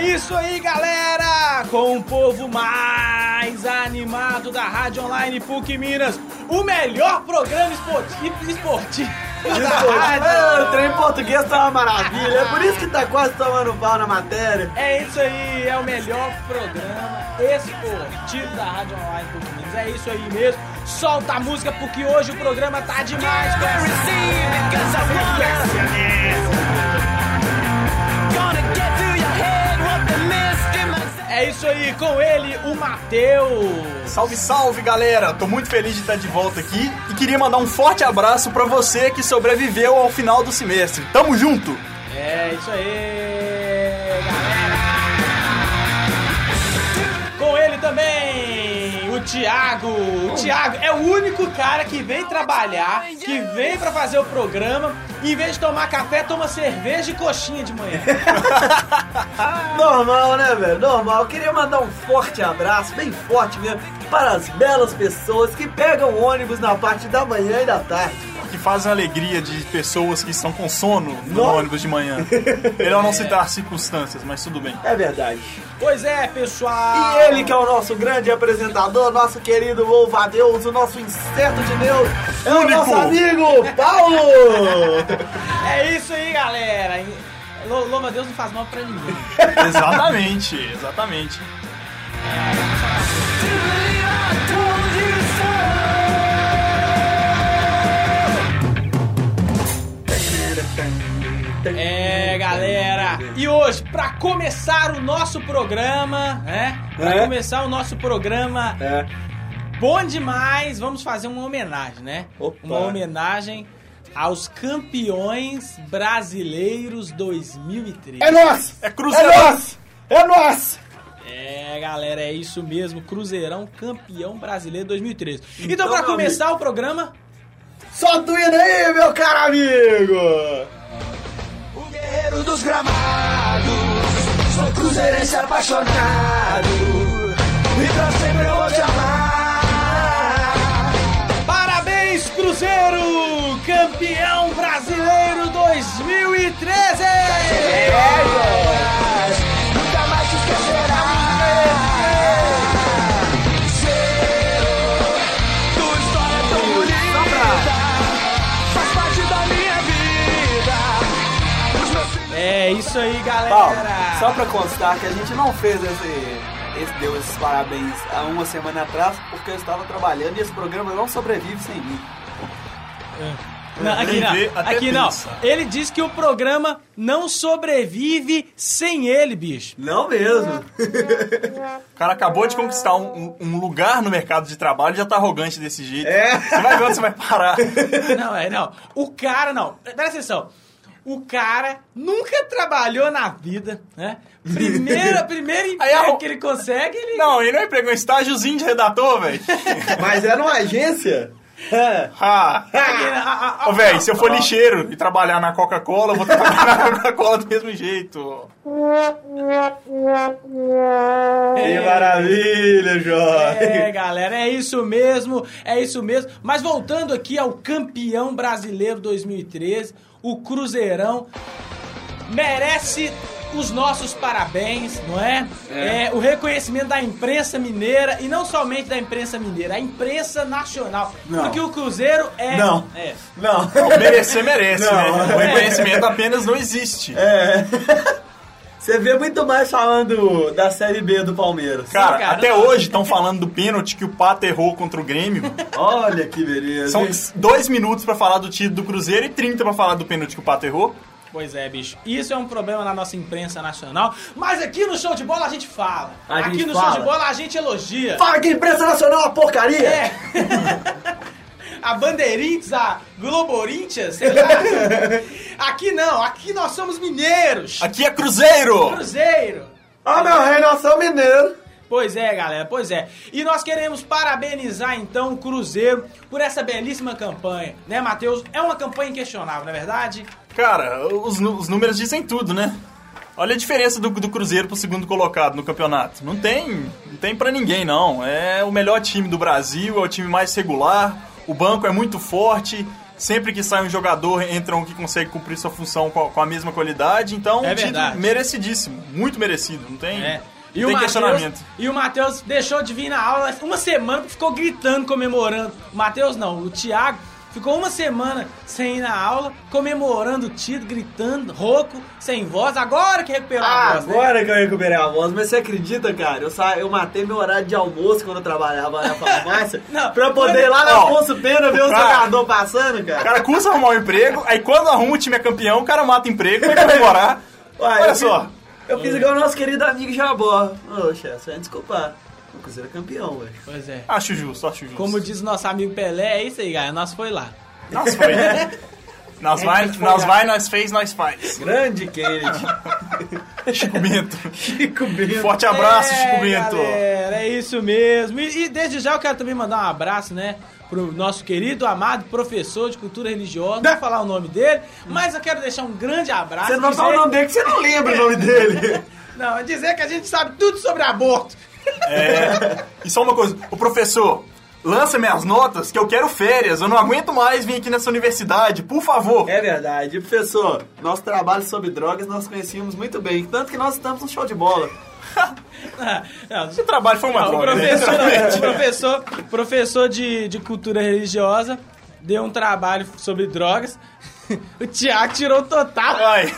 Isso aí, galera! Com o povo mais animado da Rádio Online PUC Minas, o melhor programa esportivo da rádio. O trem português tá uma maravilha, é por isso que tá quase tomando pau na matéria. É isso aí, é o melhor programa esportivo da Rádio Online PUC Minas. É isso aí mesmo. Solta a música porque hoje o programa tá demais. É isso aí, com ele, o Matheus. Salve, salve, galera! Tô muito feliz de estar de volta aqui e queria mandar um forte abraço pra você que sobreviveu ao final do semestre. Tamo junto! É isso aí, galera! Com ele também, o Thiago. O Thiago é o único cara que vem trabalhar, que vem pra fazer o programa. Em vez de tomar café, toma cerveja e coxinha de manhã. Normal, né, velho? Normal. Eu queria mandar um forte abraço, bem forte mesmo, para as belas pessoas que pegam ônibus na parte da manhã e da tarde. Que fazem a alegria de pessoas que estão com sono no ônibus de manhã. Melhor não citar circunstâncias, mas tudo bem. É verdade. Pois é, pessoal. E ele que é o nosso grande apresentador, nosso querido louva-a-Deus, o nosso inseto de Deus, é o nosso amigo Paulo. É isso aí, galera. Louva-a-Deus não faz mal pra ninguém. Exatamente, exatamente. É, galera, e hoje, pra começar o nosso programa, né? Pra começar o nosso programa bom demais, vamos fazer uma homenagem, né? Opa. Uma homenagem aos campeões brasileiros 2013. É nós! É Cruzeiro! É nós! É nós! É, galera, é isso mesmo, Cruzeirão campeão brasileiro 2013. Então pra meu começar amigo, o programa... solta o hino aí, meu caro amigo! Guerreiro dos gramados, sou cruzeirense apaixonado, e pra sempre eu vou te amar. Parabéns, Cruzeiro! Campeão brasileiro 2013! Nunca mais te esquecerá. Tua história é tão bonita, faz parte da minha vida. É isso aí, galera! Paulo, só pra constar que a gente não fez deu esses parabéns há uma semana atrás, porque eu estava trabalhando e esse programa não sobrevive sem mim. Não, aqui não. Ele disse que o programa não sobrevive sem ele, bicho. Não mesmo. O cara acabou de conquistar um lugar no mercado de trabalho e já tá arrogante desse jeito. É. Você vai ver onde você vai parar. Não. O cara, não. Presta atenção. O cara nunca trabalhou na vida, né? Primeiro emprego que ele consegue, ele... Não, ele não é emprego, é um estágiozinho de redator, velho. Mas é numa agência? Ô, velho, se eu for lixeiro e trabalhar na Coca-Cola, eu vou trabalhar na Coca-Cola do mesmo jeito. Que maravilha, jovem. É, galera, é isso mesmo. Mas voltando aqui ao campeão brasileiro 2013, o Cruzeirão merece os nossos parabéns, não é? O reconhecimento da imprensa mineira, e não somente da imprensa mineira, a imprensa nacional. Não. Porque o Cruzeiro é... Não. Não, merecer merece, Não. né? O reconhecimento apenas não existe. Você vê muito mais falando da Série B do Palmeiras. Cara, até hoje estão falando do pênalti que o Pato errou contra o Grêmio. Olha que beleza. São 2 minutos pra falar do título do Cruzeiro e 30 pra falar do pênalti que o Pato errou. Pois é, bicho. Isso é um problema na nossa imprensa nacional. Mas aqui no Show de Bola a gente fala. Aqui no Show de Bola a gente elogia. Fala que a imprensa nacional é uma porcaria! É. A Bandeirintes, a Globorintias, sei lá. Aqui não, aqui nós somos mineiros. Aqui é Cruzeiro! Cruzeiro. Meu rei, nós somos mineiros. Pois é, galera, pois é. E nós queremos parabenizar, então, o Cruzeiro por essa belíssima campanha. Né, Matheus? É uma campanha inquestionável, não é verdade? Cara, os números dizem tudo, né? Olha a diferença do Cruzeiro pro segundo colocado no campeonato. Não tem pra ninguém, não. É o melhor time do Brasil, é o time mais regular. O banco é muito forte. Sempre que sai um jogador, entra um que consegue cumprir sua função com a mesma qualidade. Então, um título merecidíssimo. Muito merecido. Não tem, não tem questionamento. E o Matheus deixou de vir na aula uma semana, ficou gritando, comemorando. O Matheus não, o Thiago ficou uma semana sem ir na aula, comemorando o título, gritando, rouco, sem voz. Agora que recuperou a voz, agora que eu recuperei a voz. Mas você acredita, cara? Eu matei meu horário de almoço quando eu trabalhava na farmácia pra poder ir lá na Afonso Pena ver o jogador passando, cara. O cara custa arrumar um emprego, aí quando arruma o time é campeão, o cara mata o emprego e vai comemorar. Olha só. Eu fiz igual o nosso querido amigo Jabó. Ô, chefe, você vai desculpar. O Cruzeiro é campeão, velho. Pois é. Acho justo. Como diz o nosso amigo Pelé, é isso aí, galera. Nós foi lá. Nós foi. Nós fez, nós faz. Grande Kennedy. Chico Bento. Forte abraço, Chico Bento. Galera, é isso mesmo. E desde já eu quero também mandar um abraço, né? Pro nosso querido, amado professor de cultura religiosa. Não vou falar o nome dele, mas eu quero deixar um grande abraço. Você não vai falar o nome dele que você não lembra o nome dele. Não, é dizer que a gente sabe tudo sobre aborto. E só uma coisa, o professor, lança minhas notas que eu quero férias, eu não aguento mais vir aqui nessa universidade, por favor. É verdade, professor, nosso trabalho sobre drogas nós conhecíamos muito bem, tanto que nós estamos no show de bola. Esse trabalho foi uma droga. Professor de cultura religiosa deu um trabalho sobre drogas. O Thiago tirou o total. Ai.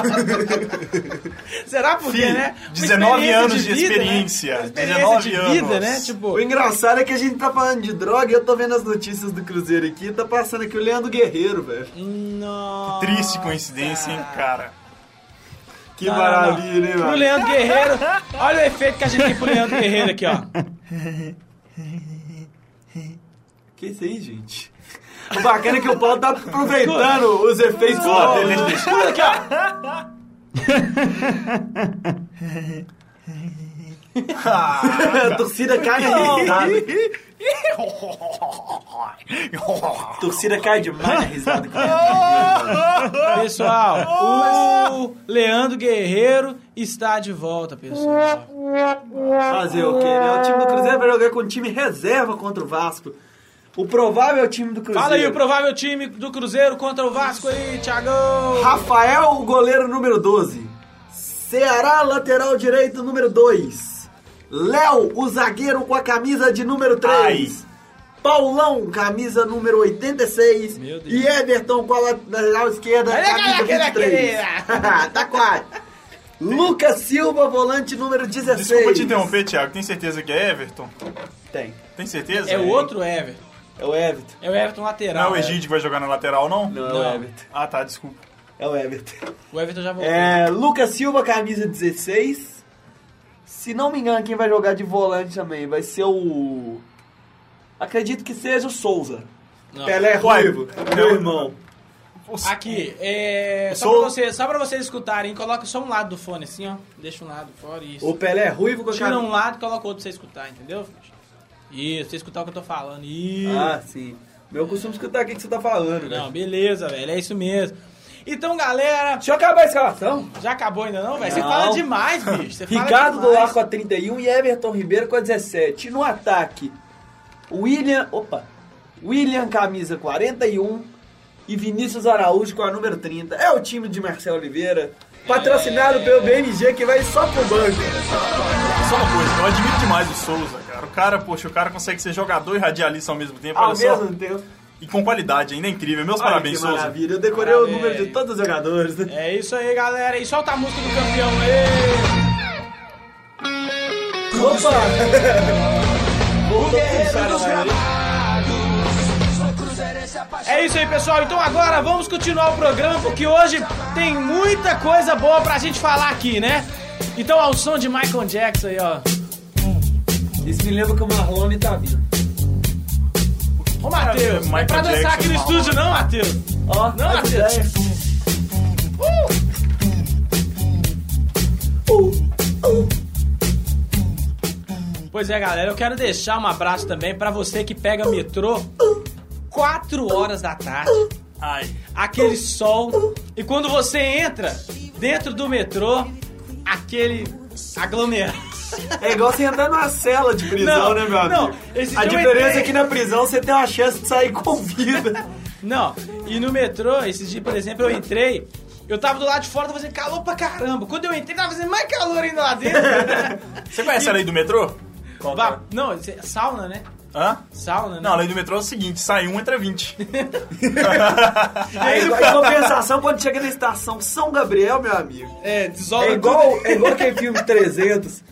Será por quê, né? 19 anos de experiência. Né? 19 anos. Vida, né? Tipo... O engraçado é que a gente tá falando de droga e eu tô vendo as notícias do Cruzeiro aqui. Tá passando aqui o Leandro Guerreiro, velho. Nossa. Que triste coincidência, hein, cara. Que maravilha, hein, mano? Pro Leandro Guerreiro. Olha o efeito que a gente tem pro Leandro Guerreiro aqui, ó. Que isso aí, gente? O bacana é que o Paulo tá aproveitando os efeitos dele. Escuta aqui, ó. A torcida cai na risada. Torcida cai demais na risada. Pessoal, o Leandro Guerreiro está de volta, pessoal. Fazer o quê, né? O time do Cruzeiro vai jogar com o time reserva contra o Vasco. O provável time do Cruzeiro. Fala aí o provável time do Cruzeiro contra o Vasco aí, Thiagão. Rafael, o goleiro número 12. Ceará, lateral direito número 2. Léo, o zagueiro com a camisa de número 3. Ai. Paulão, camisa número 86. Meu Deus. E Everton com a lateral esquerda, camisa 23. Tá quase. Lucas Silva, volante número 16. Desculpa te interromper, Thiago. Tem certeza que é Everton? Tem certeza? É o outro Everton. É o Everton. É o Everton lateral. Não é o Egídio que vai jogar na lateral, não? Não, é o Everton. Ah, tá, desculpa. É o Everton. O Everton já voltou. Lucas Silva, camisa 16. Se não me engano, quem vai jogar de volante também vai ser o... Acredito que seja o Souza. Não. Pelé Ruivo, meu irmão. Aqui, só pra vocês escutarem, coloca só um lado do fone assim, ó. Deixa um lado fora, isso. O Pelé Ruivo com a Tira um lado e coloca outro pra você escutar, entendeu? Isso, você escutar o que eu tô falando. Isso. Ah, sim. Eu costumo escutar o que você tá falando, né? Não, beleza, velho, é isso mesmo. Então, galera... Deixa eu acabar a escalação. Já acabou ainda não, velho? Você fala demais, bicho. Você Ricardo Goulart com a 31 e Everton Ribeiro com a 17. No ataque, William, camisa 41 e Vinícius Araújo com a número 30. É o time de Marcelo Oliveira, patrocinado pelo BMG, que vai só pro banco. Só uma coisa, eu admiro demais o Souza, cara. O cara consegue ser jogador e radialista ao mesmo tempo. Ao mesmo tempo. E com qualidade, ainda é incrível. Meus parabéns, Souza. Maravilha, eu decorei o número de todos os jogadores. Né? É isso aí, galera. E solta a música do campeão aí. Opa! É isso aí, pessoal. Então agora vamos continuar o programa, porque hoje tem muita coisa boa pra gente falar aqui, né? Então ao som de Michael Jackson aí, ó. Isso me lembra que o Marlone tá vindo. Ô, Matheus, não é pra dançar aqui no estúdio não, Matheus. Ó, não, Matheus. Pois é, galera, eu quero deixar um abraço também pra você que pega metrô 4 horas da tarde. Ai. Aquele sol. E quando você entra dentro do metrô, aquele aglomerado. É igual você entrar numa cela de prisão, né, meu amigo? Não, a diferença é que na prisão você tem uma chance de sair com vida. Não, e no metrô, esses dias, por exemplo, eu entrei, eu tava do lado de fora, tava fazendo calor pra caramba. Quando eu entrei, tava fazendo mais calor ainda lá dentro. Você conhece a lei do metrô? Não, sauna, né? Hã? Sauna, né? Não, a lei do metrô é o seguinte, sai um, entra 20. Aí, em compensação, quando chega na estação São Gabriel, meu amigo... desola é igual aquele filme 300.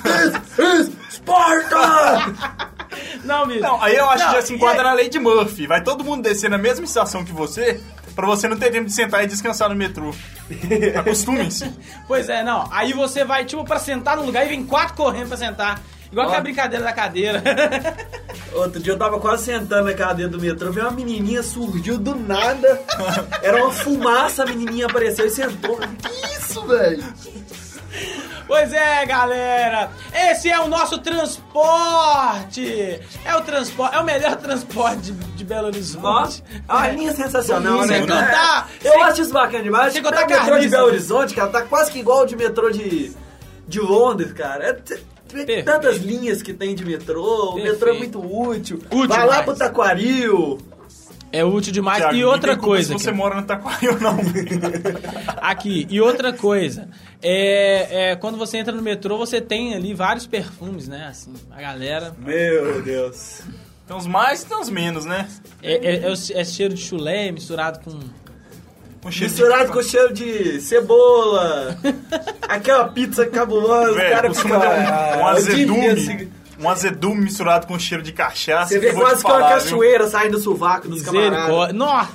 Sparta! Não, bicho. Não, aí eu acho que já se enquadra na lei de Murphy. Vai todo mundo descer na mesma estação que você, pra você não ter tempo de sentar e descansar no metrô. Acostumem-se. Pois é, não. Aí você vai, tipo, pra sentar no lugar e vem 4 correndo pra sentar. Igual aquela brincadeira da cadeira. Outro dia eu tava quase sentando na cadeira do metrô, veio uma menininha, surgiu do nada. Era uma fumaça, a menininha apareceu e sentou. Que isso, velho? Pois é, galera. Esse é o nosso transporte. É o melhor transporte de Belo Horizonte. É uma linha sensacional, né? Eu acho isso bacana demais. O metrô de Belo Horizonte, cara, tá quase que igual o de metrô de Londres, cara. Tantas linhas que tem de metrô, o metrô é muito útil. Vai lá pro Taquaril. É útil demais. Thiago, e outra coisa. Se você mora no Taquaril, não. Aqui, e outra coisa. Quando você entra no metrô, você tem ali vários perfumes, né? Assim, a galera. Meu Deus. Tem uns mais e tem uns menos, né? É cheiro de chulé misturado com misturado com cheiro de cebola. Aquela pizza cabulosa, véio, cara fica... um azedume. Um azedume misturado com cheiro de cachaça. Você vê quase que uma cachoeira saindo do sovaco dos camaradas. Nossa,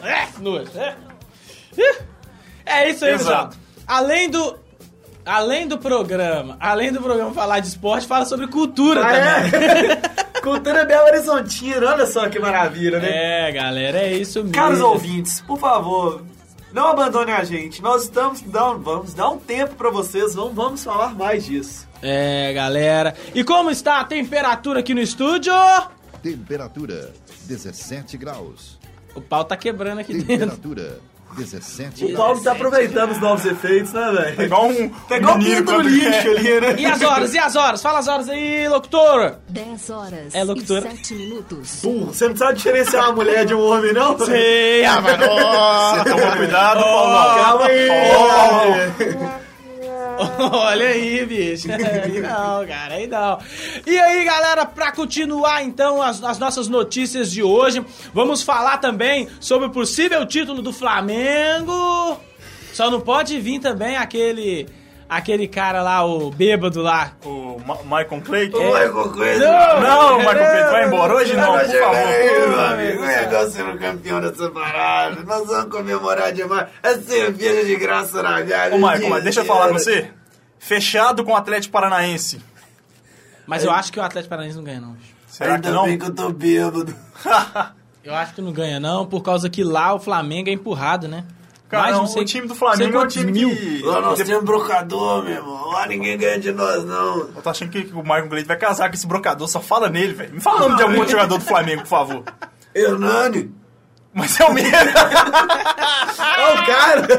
é isso aí, pessoal. Além do programa falar de esporte, fala sobre cultura também. Cultura Belo Horizontina, olha só que maravilha, né? Galera, é isso mesmo. Caros ouvintes, por favor, não abandonem a gente. Nós vamos dar um tempo pra vocês, vamos falar mais disso. Galera. E como está a temperatura aqui no estúdio? Temperatura 17 graus. O pau tá quebrando aqui dentro. Temperatura 17 graus. O Paulo tá aproveitando os novos efeitos, né, velho? Tá igual um pinto no lixo ali, né? E as horas? Fala as horas aí, locutora. 10 horas locutora. e 7 minutos. Você não sabe diferenciar uma mulher de um homem, não? Sei, Você toma cuidado, Paulo. Calma aí. Olha aí, bicho. Aí não, cara, aí não. E aí, galera, pra continuar então as nossas notícias de hoje, vamos falar também sobre o possível título do Flamengo. Só não pode vir também aquele cara lá, o bêbado lá. O Michael Clayton? O Michael Clayton. Não, o Michael Clayton vai embora hoje não, por favor. Meu amigo, é igual sendo campeão dessa parada. Nós vamos comemorar demais. É cerveja de graça na galha. Ô, Michael, deixa eu falar com você. Fechado com o Atlético Paranaense. Mas eu acho que o Atlético Paranaense não ganha, não. Será que não? Ainda bem que eu tô bêbado. Eu acho que não ganha, não, por causa que lá o Flamengo é empurrado, né? Cara, não, o time do Flamengo é um time que... Lá nós temos brocador, meu irmão. Lá ninguém ganha de nós, não. Eu tô achando que o Michael Clayton vai casar com esse brocador, só fala nele, velho. Me fala o nome de algum jogador do Flamengo, por favor. Hernani. Mas é o mesmo. É o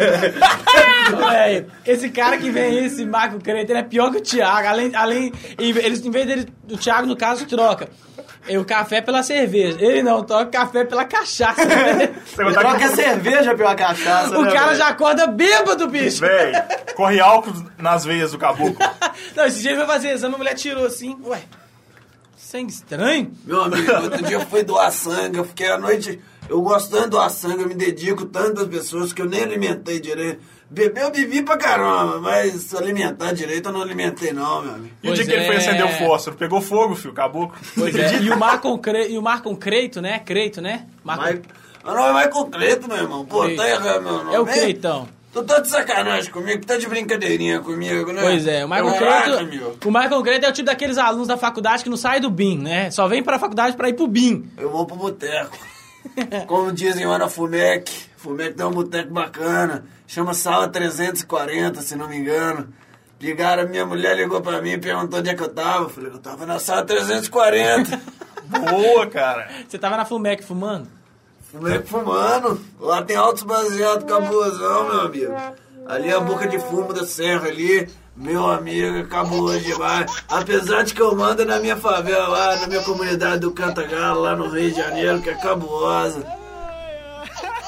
cara. Esse cara que vem aí, esse Michael Clayton, ele é pior que o Thiago. Eles, em vez dele, o Thiago, no caso, troca o café pela cerveja. Ele não, troca o café pela cachaça. Troca a cerveja pela cachaça. O cara já acorda bêbado, bicho. Véi, corre álcool nas veias do caboclo. Não, esse dia ele foi fazer exame, a mulher tirou assim, ué, sangue estranho? Meu amigo, outro dia eu fui doar sangue, eu fiquei a noite... Eu gosto tanto de doar sangue, eu me dedico tanto às pessoas que eu nem alimentei direito. Beber eu bebi pra caramba, mas alimentar direito eu não alimentei não, meu amigo. E o dia que ele foi acender o fósforo? Pegou fogo, filho, caboclo. Pois é. E o Marcon Clayton, né? Creito, né? Meu nome é Michael Clayton, meu irmão. Pô, tá errado meu nome. É o Cleitão. Tu tá de sacanagem comigo, tá de brincadeirinha comigo, né? Pois é, o Michael Clayton é o tipo daqueles alunos da faculdade que não sai do BIM, né? Só vem pra faculdade pra ir pro BIM. Eu vou pro boteco. Como dizem lá na FUMEC tem um boteco bacana, chama Sala 340, se não me engano. Ligaram, minha mulher ligou pra mim e perguntou onde é que eu tava. Eu falei, eu tava na Sala 340. Boa, cara. Você tava na FUMEC fumando? FUMEC fumando. Lá tem altos baseados cabulosão, meu amigo. Ali é a boca de fumo da serra ali. Meu amigo, cabuloso demais. Apesar de que eu mando na minha favela lá, na minha comunidade do Cantagalo, lá no Rio de Janeiro, que é cabulosa.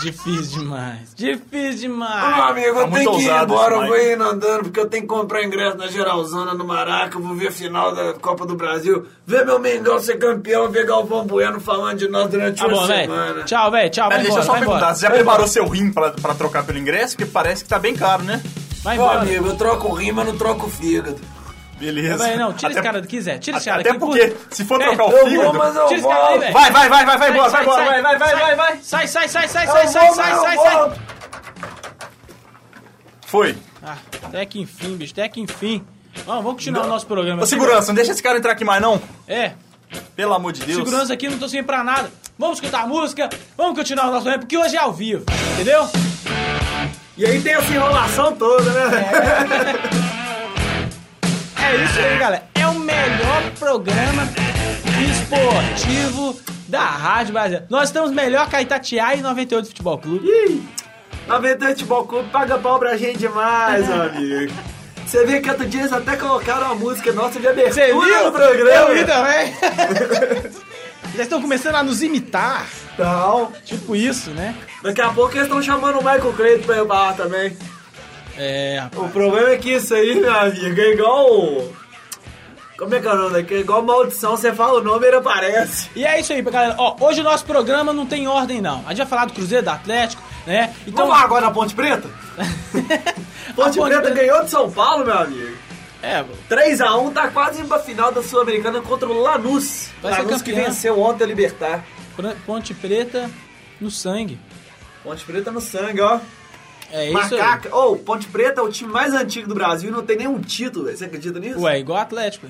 Difícil demais. Difícil demais. Meu amigo, eu muito tenho que ir ousado embora, esse eu vou indo andando, porque eu tenho que comprar ingresso na Geralzona, no Maraca, eu vou ver a final da Copa do Brasil, ver meu Mengão ser campeão, ver Galvão Bueno falando de nós durante uma semana. Véio. Tchau, velho, tchau, vai deixa embora, eu só perguntar, você já preparou seu rim pra trocar pelo ingresso? Porque parece que tá bem caro, né? Vai embora. Meu amigo, eu troco o rim, mas não troco o fígado. Beleza. Véio, não, tira esse cara daqui, Zé. Tira esse cara até aqui. Porque, se for trocar o eu fígado... vou, mas eu tira esse vou. cara aí, velho. Vai embora, vai embora. Sai. Vou. Foi. Ah, até que enfim, bicho, até que enfim. Vamos continuar o nosso programa. Ô, segurança, não deixa esse cara entrar aqui mais, não. É. Pelo amor de Deus. Segurança aqui, não tô sem pra nada. Vamos escutar a música, vamos continuar o nosso programa, porque hoje é ao vivo, entendeu? E aí tem essa enrolação toda, né? É isso aí, galera. É o melhor programa esportivo da Rádio Brasileira. Nós estamos melhor que a Itatiaia e 98 Futebol Clube. Ih, 98 Futebol Clube paga pau pra gente demais, meu amigo. Você vê que outro dia eles até colocaram uma música nossa de abertura Você viu? no programa. Eu vi também. Já estão começando a nos imitar. Então, Tipo isso, né? daqui a pouco eles estão chamando o Michael Clayton pra ir lá também. É, rapaz. O problema é que isso aí, meu amigo, é igual... Como é que é o nome daqui? É igual maldição, você fala o nome e ele aparece. E é isso aí, galera. Ó, hoje o nosso programa não tem ordem, não. A gente vai falar do Cruzeiro, do Atlético, né? Então... Vamos lá agora na Ponte Preta? Ponte Preta ganhou de São Paulo, meu amigo. É, 3x1, tá quase indo pra final da Sul-Americana contra o Lanús. Vai ser Lanús que campeão. venceu ontem a Libertar. Ponte Preta no sangue. Ponte Preta no sangue, ó. É isso Macaca. Ô, Ponte Preta é o time mais antigo do Brasil e não tem nenhum título, velho. Você acredita nisso? aí. Ué, igual Atlético.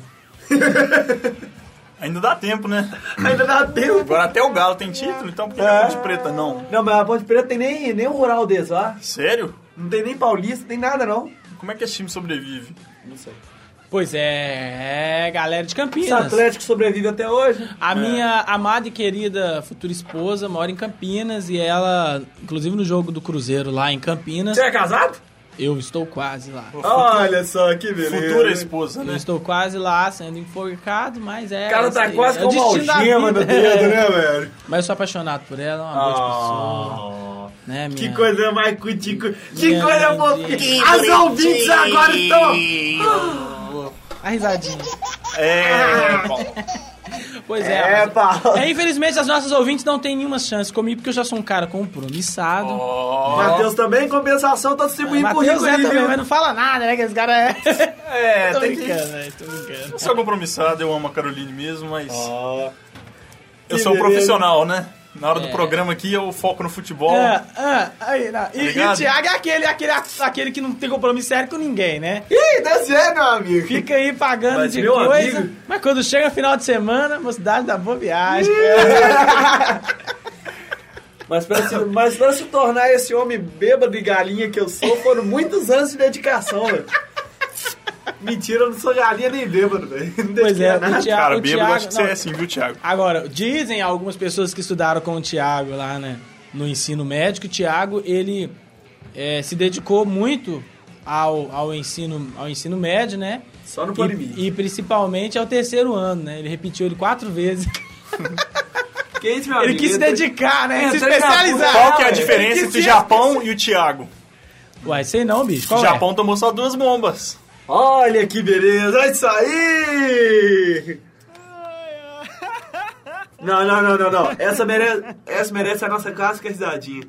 Ainda dá tempo, né? Ainda dá tempo. Agora até o Galo tem título, então por que a Ponte Preta não? Não, mas a Ponte Preta tem nem um rural desse lá. Sério? Não tem nem paulista, tem nada não. Como é que esse time sobrevive? Não sei. Pois é, galera de Esse Campinas. Atlético sobrevive até hoje. A minha amada e querida futura esposa mora em Campinas e ela, inclusive no jogo do Cruzeiro lá em Campinas, Você é casado? eu estou quase lá. Olha só, que beleza. Futura esposa, Eu né? estou quase lá sendo enforcado, mas é... O cara tá assim, quase é o com uma destino da algema no vida. dedo, né, velho? Mas eu sou apaixonado por ela, é uma boa pessoa. Né, Que minha... coisa mais cutico. Que Minha coisa lindinha. fofinha. As ouvintes agora estão... A risadinha. É, Pois é, rapaz. Paulo. Infelizmente as nossas ouvintes não têm nenhuma chance comigo, porque eu já sou um cara compromissado. Matheus também, em compensação, tá distribuindo Matheus currículo é aí, também, viu? mas não fala nada, né? Que esse cara é... É, tô tem que... brincando, velho, tô brincando. Eu sou compromissado, eu amo a Caroline mesmo, mas... eu Que sou um beleza. profissional, né? Na hora do programa aqui eu foco no futebol. Aí, não. E o Ligado? Thiago é aquele que não tem compromisso sério com ninguém, né? Ih, dá certo, meu amigo. Fica aí pagando Mas, de meu coisa, amigo- mas quando chega final de semana, mocidade da boa viagem. Mas pra se tornar esse homem bêbado e galinha que eu sou, foram muitos anos de dedicação, velho. Mentira, eu não sou galinha nem bêbado, velho. Não Pois dediquei é, a nada. o Thiago... Cara, o bêbado, Thiago- acho que você não, é assim, viu, Thiago? Agora, dizem algumas pessoas que estudaram com o Thiago lá, né, no ensino médio, que o Thiago, ele se dedicou muito ao ensino médio, né? Só no Polimite. E principalmente ao terceiro ano, né? Ele repetiu ele 4 vezes. Que isso, meu Ele amigo? quis se dedicar, né? Se Entrei na especializar. Qual que é a velho. diferença Que entre o se- Japão e o Thiago? Uai, sei não, bicho. O Qual Japão tomou só 2 bombas. Olha que beleza, olha isso aí! Não. Essa merece a nossa clássica risadinha.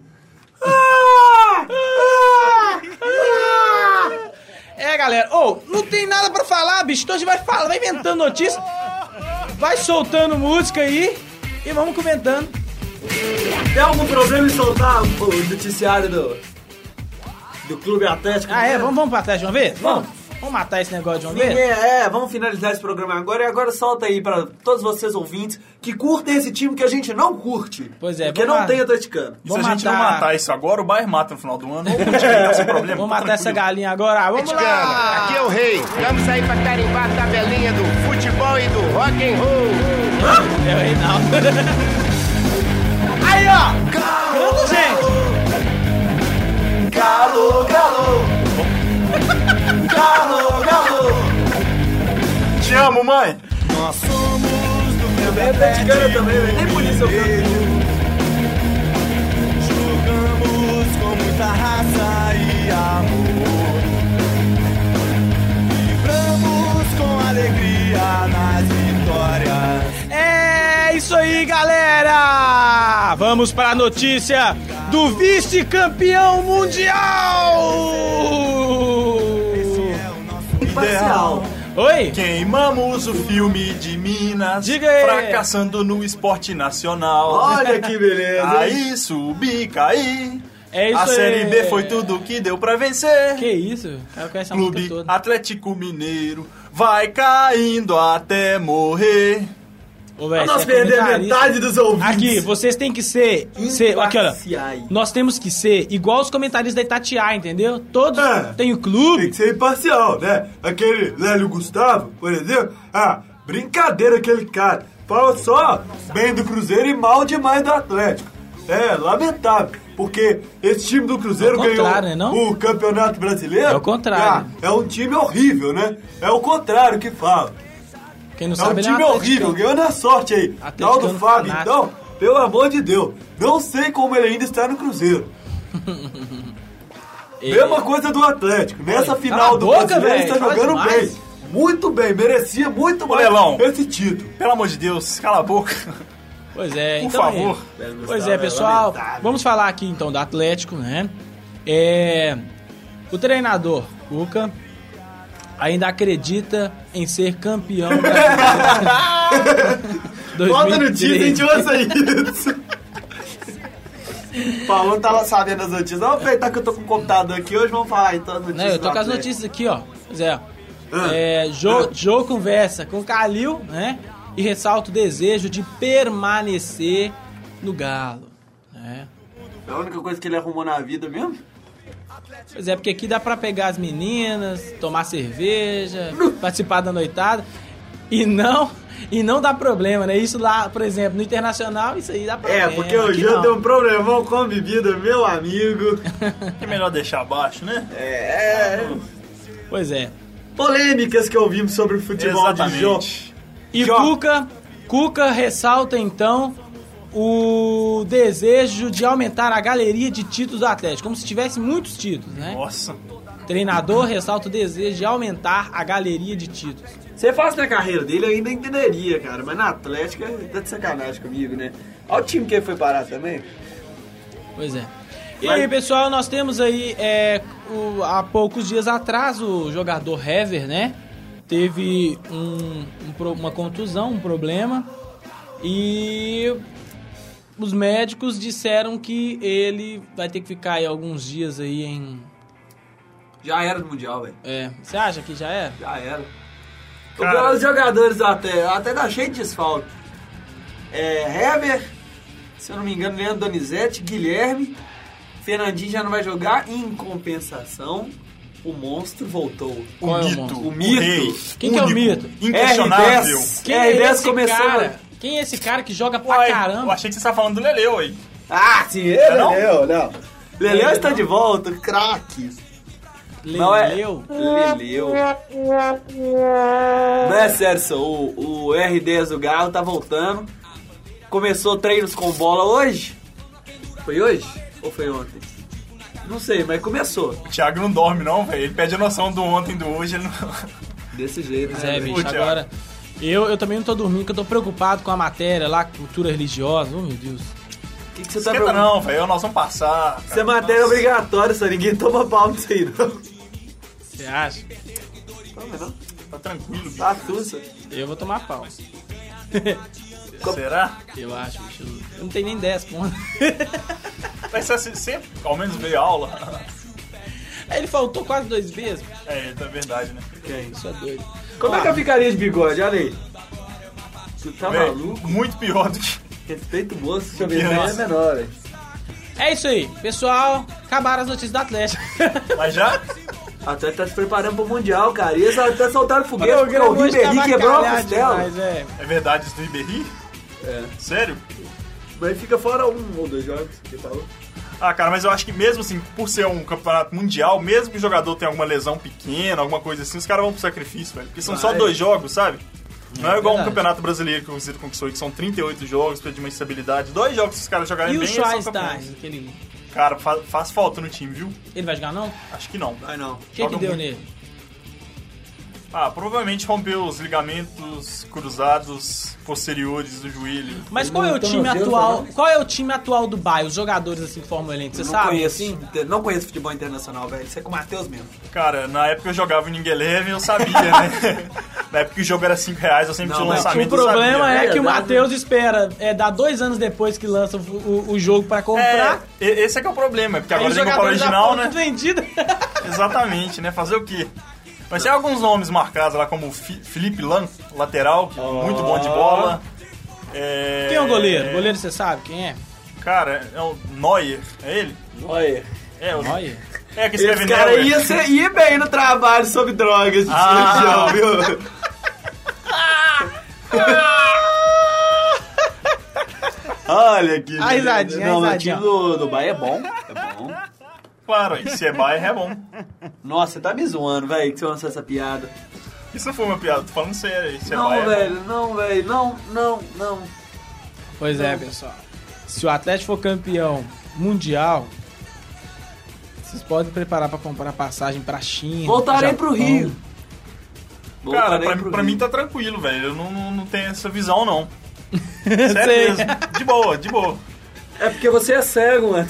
galera. Não tem nada pra falar, bicho. Então a gente vai inventando notícia. Vai soltando música aí e vamos comentando. Tem algum problema em soltar o noticiário do Clube Atlético? Vamos pra trás de uma vez? Vamos. Vamos matar esse negócio de uma vez? Vamos finalizar esse programa agora. E agora solta aí pra todos vocês ouvintes que curtem esse time que a gente não curte. Pois é, porque vamos não lá. tem atleticano. E se a gente não matar isso agora, o Bayern mata no final do ano. Vamos sem problema. Vamos matar essa galinha agora. Vamos lá! Aqui é o Rei. Vamos sair pra carimbar a tabelinha do futebol e do rock and roll. É o Reinaldo. Aí, ó! Canta, gente! Galo, galo! Galo, galo! Te amo, mãe! Nós somos do Eu é atleticano também, velho. Nem por isso eu canto. Jogamos raça e amor. Vibramos com alegria nas vitórias. É isso aí, galera! Vamos para a notícia do vice-campeão mundial! Imparcial. Oi? Queimamos o filme de Minas, Diga aí. fracassando no esporte nacional. Olha que beleza. Aí subi, caí. É isso A aí. Série B foi tudo que deu pra vencer. Que isso? Eu conheço a Clube música toda. Atlético Mineiro vai caindo até morrer. Ô, véi, Nós você é perdemos comentarista. metade dos ouvintes. Aqui, vocês têm que ser aqui, olha. Imparciais. Nós temos que ser igual os comentaristas da Itatiaia, entendeu? Todos têm o Tem clube. que ser imparcial, né? Aquele Lélio Gustavo, por exemplo, brincadeira aquele cara. Fala só bem do Cruzeiro e mal demais do Atlético. É, lamentável, porque esse time do Cruzeiro É o ganhou contrário, né, não? o Campeonato Brasileiro. É o contrário. É um time horrível, né? É o contrário que fala. Quem não É sabe, um ele é time horrível, ganhou na sorte aí. Tal do Atleticano Fábio, fanático. então, pelo amor de Deus. Não sei como ele ainda está no Cruzeiro. Mesma coisa do Atlético. Nessa Cala final a do boca, Brasileiro, velho, está fala jogando demais. bem. Muito bem, merecia muito mais Lelão. esse título. Pelo amor de Deus, cala a boca. Pois é, Por então. favor. Pois é, pessoal. Vamos falar aqui então do Atlético, né? O treinador, Cuca, ainda acredita em ser campeão brasileiro. Volta no título, a gente 2013. vai sair isso. Paulo tava sabendo as notícias. Vamos aproveitar que eu tô com o computador aqui hoje, vamos falar então as notícias. Não, eu tô do com as Atlético. notícias aqui, ó. Pois é. Jô conversa com o Calil, né? E ressalta o desejo de permanecer no Galo, né? É a única coisa que ele arrumou na vida mesmo? Pois é, porque aqui dá pra pegar as meninas, tomar cerveja, participar da noitada e não dá problema, né? Isso lá, por exemplo, no Internacional, isso aí dá problema. É, porque o Aqui Jô não. tem um problemão com bebida, meu amigo. É melhor deixar abaixo, né? Pois é. Polêmicas que ouvimos sobre o futebol de Jô. Exatamente. E Cuca ressalta então o desejo de aumentar a galeria de títulos do Atlético, como se tivesse muitos títulos, né? Nossa. Treinador ressalta o desejo de aumentar a galeria de títulos. Se fosse na carreira dele, eu ainda entenderia, cara. Mas na Atlética, tá de sacanagem comigo, né? Olha o time que ele foi parar também. Pois é. E aí, pessoal, nós temos aí, há poucos dias atrás, o jogador Hever, né? Teve uma contusão, um problema. E os médicos disseram que ele vai ter que ficar aí alguns dias aí em... Já era do Mundial, velho. Você acha que já era? Já era. Cara. Os jogadores até tá cheio de desfalque. Heber, se eu não me engano, Leandro Donizete, Guilherme, Fernandinho já não vai jogar. E em compensação, o monstro voltou. Qual é o mito. monstro? O mito. Rei. Quem que é o Único, mito? Inquestionável. R10. Quem é R10 esse começou. cara? Quem é esse cara que joga pra Uai, eu caramba? achei que você estava falando do Leleu aí. Ah, sim, ele Não? não. Leleu está de volta, craque. Não é. Leleu? Leleu. Não é sério, só. O R10 do Galo tá voltando. Começou treinos com bola hoje. Foi hoje? Ou foi ontem? Não sei, mas começou. O Thiago não dorme não, velho. Ele perde a noção do ontem e do hoje. Ele não... Desse jeito, Pois né? é, velho? bicho, Thiago. agora... Eu também não tô dormindo, porque eu tô preocupado com a matéria lá, cultura religiosa. Oh, meu Deus. O que você tá Esquenta preocupado? não, velho. Nós vamos passar. Isso é matéria obrigatória, só ninguém toma pau nisso aí, não. Você acha? Não, Tá tranquilo. tá sussa. Eu vou tomar pau. Será? Eu acho, bicho. Eu não tenho nem 10 pontos. Mas você sempre, ao menos, veio aula. Ele faltou quase 2 vezes. É verdade, né? Isso é doido. Como é que eu ficaria de bigode? Olha aí. Tu tá Véi, maluco? muito pior do que... Respeito o moço, deixa eu ver, Nossa. é menor, velho. É isso aí, pessoal. Acabaram as notícias do Atlético. Mas já? O Atlético tá se preparando pro Mundial, cara. E eles até soltaram foguete O porque o programa hoje Ribéry tava quebrou a calhado costela. demais, é. É verdade isso do Ribéry? Sério? Mas fica fora 1 ou 2 jogos, que falou. Ah, cara, mas eu acho que mesmo assim, por ser um campeonato mundial, mesmo que o jogador tenha alguma lesão pequena, alguma coisa assim, os caras vão pro sacrifício, velho. Porque são só 2 jogos, sabe? Não é igual um verdade. campeonato brasileiro que o Cruzeiro conquistou, que são 38 jogos, precisa de uma estabilidade. 2 jogos que os caras jogarem E o bem, eles são Schweinstein, campeões. aquele Cara, faz falta no time, viu? Ele vai jogar, não? Acho que não. Vai não. O que Joga deu muito. nele? Provavelmente rompeu os ligamentos cruzados posteriores do joelho. Mas qual é o time atual? Qual é o time atual do Bayern? Os jogadores assim que formam o elenco, você sabe? Não conheço futebol internacional, velho. Isso é com o Matheus mesmo. Cara, na época eu jogava em Ningueleven, eu sabia, né? Na época que o jogo era R$5, eu sempre tinha um lançamento. O problema eu sabia. é que o Matheus espera dar 2 anos depois que lança o jogo pra comprar. Esse é que é o problema, porque agora Aí tem que comprar o original, né? Vendido. Exatamente, né? Fazer o quê? Mas tem alguns nomes marcados lá, como o Felipe Lan, lateral, que é muito bom de bola. Quem é o goleiro? Goleiro você sabe quem é? Cara, é o Neuer, é ele? Neuer. É, o Neuer. É, que escreve Esse cara ia bem no trabalho sobre drogas de cirurgião, viu? Olha que... A risadinha, Não, o time do Bahia é bom. É bom. Claro, e se é Bayern é bom. Nossa, você tá me zoando, velho, que você lançou essa piada. Isso não foi uma piada, tô falando sério. Se é Não, Bayern, velho, não. Pois é, pessoal. Se o Atlético for campeão mundial, vocês podem preparar pra comprar passagem pra China. Voltarei pro Rio. Cara, pra mim tá tranquilo, velho. Eu não tenho essa visão, não. Sério mesmo. De boa. É porque você é cego, mano.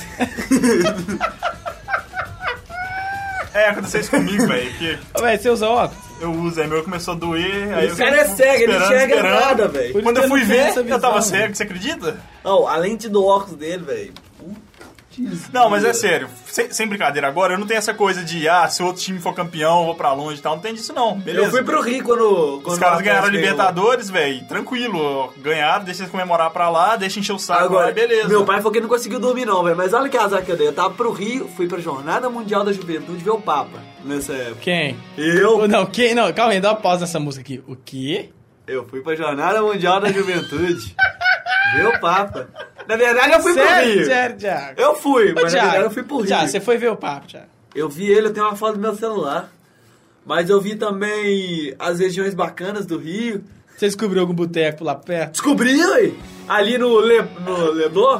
Aconteceu isso comigo, velho. Velho, você usa óculos? Eu uso, aí meu começou a doer. Aí O cara é cego, ele não enxerga nada, velho. Quando eu fui ver, eu tava cego, você acredita? Não, a lente do óculos dele, velho. Não, mas é sério, sem brincadeira agora, eu não tenho essa coisa de, se o outro time for campeão, eu vou pra longe e tal, não tem disso não, beleza? Eu fui pro Rio quando os caras ganharam a Libertadores, velho, tranquilo, ganharam, deixa eles comemorar pra lá, deixa encher o saco agora, lá, beleza. Meu pai falou que ele não conseguiu dormir não, velho, mas olha que azar que eu dei, eu tava pro Rio, fui pra Jornada Mundial da Juventude ver o Papa, nessa época. Quem? Eu? Não, quem? Não, calma aí, dá uma pausa nessa música aqui. O quê? Eu fui pra Jornada Mundial da Juventude ver o Papa. Na verdade, eu fui pro Rio. Sério, Thiago? Eu fui, mas Thiago, na verdade eu fui pro Rio. Thiago, você foi ver o Papa, Thiago? Eu vi ele, eu tenho uma foto do meu celular. Mas eu vi também as regiões bacanas do Rio. Você descobriu algum boteco lá perto? Descobri, ué. Ali no Leblon.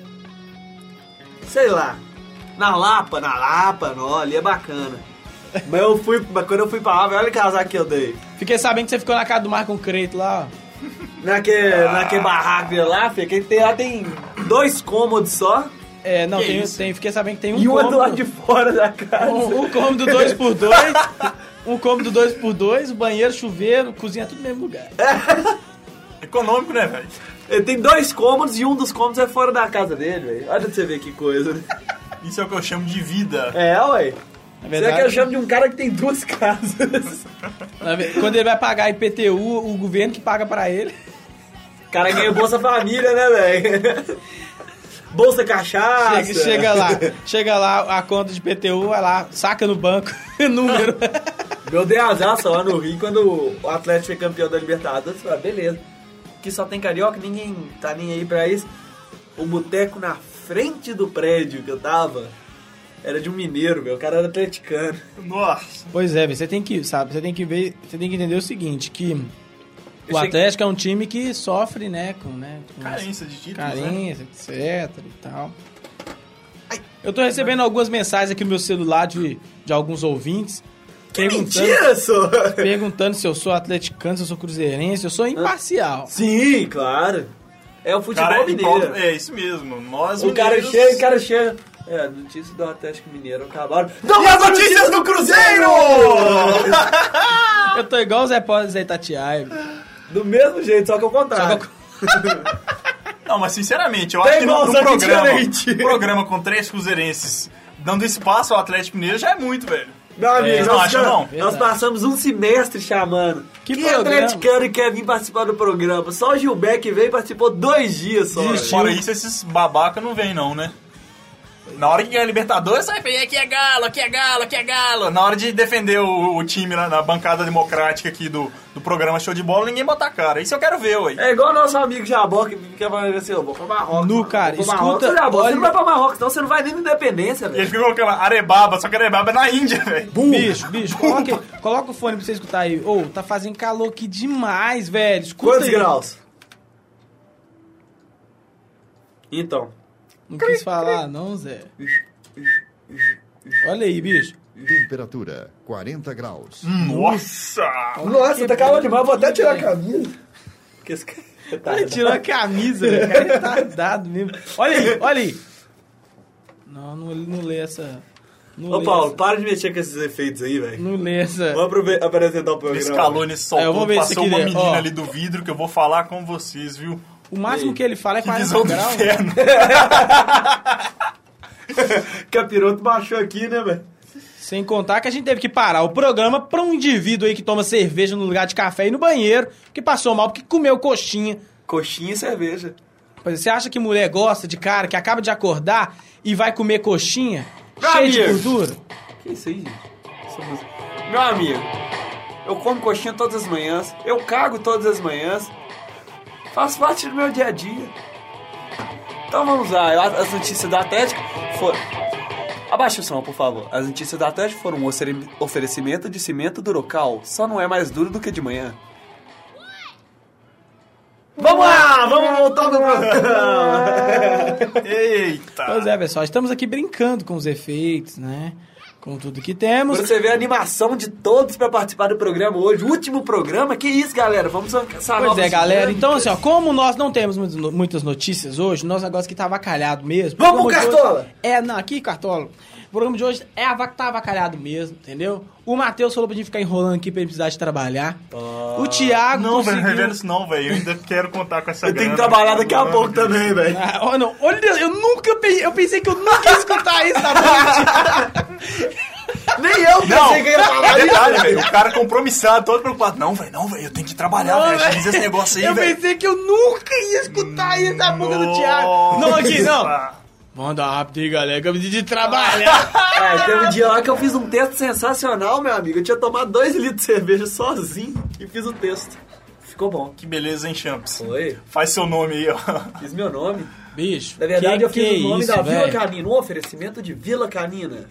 Sei lá. Na Lapa, não, ali é bacana. Mas quando eu fui pra lá, olha que azar que eu dei. Fiquei sabendo que você ficou na casa do Marco Creito lá, ó. Naquele barraco lá, filho, que lá tem 2 cômodos só. Não, fiquei sabendo que tem um e cômodo. E do lado de fora da casa. Um cômodo 2x2. Um cômodo 2x2, banheiro, chuveiro, cozinha, tudo no mesmo lugar. Econômico, né, velho? Ele tem 2 cômodos e um dos cômodos é fora da casa dele, velho. Olha pra você ver que coisa, né? Isso é o que eu chamo de vida. Ué. Verdade, isso é que eu chamo de um cara que tem 2 casas. Quando ele vai pagar IPTU, o governo que paga pra ele. O cara ganha Bolsa Família, né, velho? Bolsa Cachaça. Chega lá, a conta de IPTU, vai lá, saca no banco, número. Meu Deus, azar só lá no Rio, quando o Atlético foi campeão da Libertadores, eu falei, beleza. Aqui só tem carioca, ninguém tá nem aí pra isso. O boteco na frente do prédio que eu tava era de um mineiro, meu. O cara era atleticano. Nossa. Pois é, você tem que entender o seguinte, que o Atlético é um time que sofre, né, com carência de títulos, carência, etc e tal. Eu tô recebendo algumas mensagens aqui no meu celular de alguns ouvintes perguntando se eu sou atleticano, se eu sou cruzeirense, eu sou imparcial. Sim, claro. É o futebol mineiro. É isso mesmo. Nós o mineiros... cara chega. Notícias do Atlético Mineiro acabaram. E as notícias do Cruzeiro! Eu tô igual o Zé Pó e Zé Itatiaia. Do mesmo jeito, só que ao contrário. Não, mas sinceramente, eu acho que no programa com 3 cruzeirenses dando espaço ao Atlético Mineiro já é muito, velho. Meu amigo, nós passamos um semestre chamando. Que atleticano quer vir participar do programa? Só o Gilberto veio e participou 2 dias só. Fora isso, esses babaca não vêm não, né? Na hora que ganha a Libertadores, sai aqui é galo, aqui é galo, aqui é galo. Na hora de defender o time na bancada democrática aqui do programa Show de Bola, ninguém bota a cara. Isso eu quero ver, ué. É igual nosso amigo Jabó, que fica falando assim, eu vou pra Marrocos. Cara, escuta... Você não vai pra Marrocos, então você não vai nem na Independência, velho. Ele fica colocando Arebaba, só que Arebaba é na Índia, velho. Bicho, coloca o fone pra você escutar aí. Tá fazendo calor aqui demais, velho. Escuta Quantos aí. graus? Então... Não quis falar, não, Zé. Olha aí, bicho. Temperatura 40 graus. Nossa! Nossa, tá calor demais. Vou até tirar a camisa. Porque esse cara... Ele tirou a camisa, né? O cara é retardado mesmo. Olha aí, olha aí. Não lê essa... Ô, Paulo, para de mexer com esses efeitos aí, velho. Não lê essa... Vamos apresentar o programa. Esse calor nesse soltou, vamos ver passou isso aqui, uma né? menina Ó. ali do vidro que eu vou falar com vocês, viu? O máximo que ele fala é Que 40 visão do graus. inferno. Capiroto baixou aqui, né, velho? Sem contar que a gente teve que parar o programa pra um indivíduo aí que toma cerveja no lugar de café e no banheiro, que passou mal porque comeu coxinha. Coxinha e cerveja. Pois você acha que mulher gosta de cara que acaba de acordar e vai comer coxinha? Meu cheio de amigo. gordura? Que isso aí, gente? Meu amigo, eu como coxinha todas as manhãs, eu cago todas as manhãs, faz parte do meu dia a dia. Então vamos lá, as notícias da Atlético foram... Abaixa o som, por favor. As notícias da Atlético foram um oferecimento de cimento Durocal, só não é mais duro do que de manhã. Vamos lá, vamos voltar no programa. Eita! Pois é, pessoal, estamos aqui brincando com os efeitos, né? Com tudo que temos. Você vê a animação de todos pra participar do programa hoje. O último programa, que isso, galera? Vamos alcançar Pois novas é, galera. dinâmicas. Então, assim, ó, como nós não temos muitas notícias hoje, nosso negócio aqui tá avacalhado mesmo. Vamos pro O programa de Cartola! hoje aqui, Cartola. O programa de hoje tá avacalhado mesmo, entendeu? O Matheus falou pra gente ficar enrolando aqui pra ele precisar de trabalhar. O Thiago Não, velho, não conseguiu... revela isso não, velho. Eu ainda quero contar com essa Eu tenho que grana. trabalhar daqui a pouco também, velho. Ah, oh, não. Olha, eu pensei que eu nunca ia escutar isso, tá bom? Nem eu pensei que ia falar É isso. verdade, velho. O cara compromissado, todo preocupado. Não, velho, eu tenho que trabalhar, Não, velho. velho. Fiz esse negócio aí, Eu velho. pensei que eu nunca ia escutar isso da boca do Thiago. Não, aqui, não. Manda rápido aí, galera, que eu preciso de trabalhar. Teve um dia lá que eu fiz um texto sensacional, meu amigo. Eu tinha tomado 2 litros de cerveja sozinho e fiz o texto. Ficou bom. Que beleza, hein, Champs? Foi. Faz seu nome aí, ó. Fiz meu nome. Bicho, Na verdade, eu fiz o nome isso, da Vila velho? Canina. Um oferecimento de Vila Canina.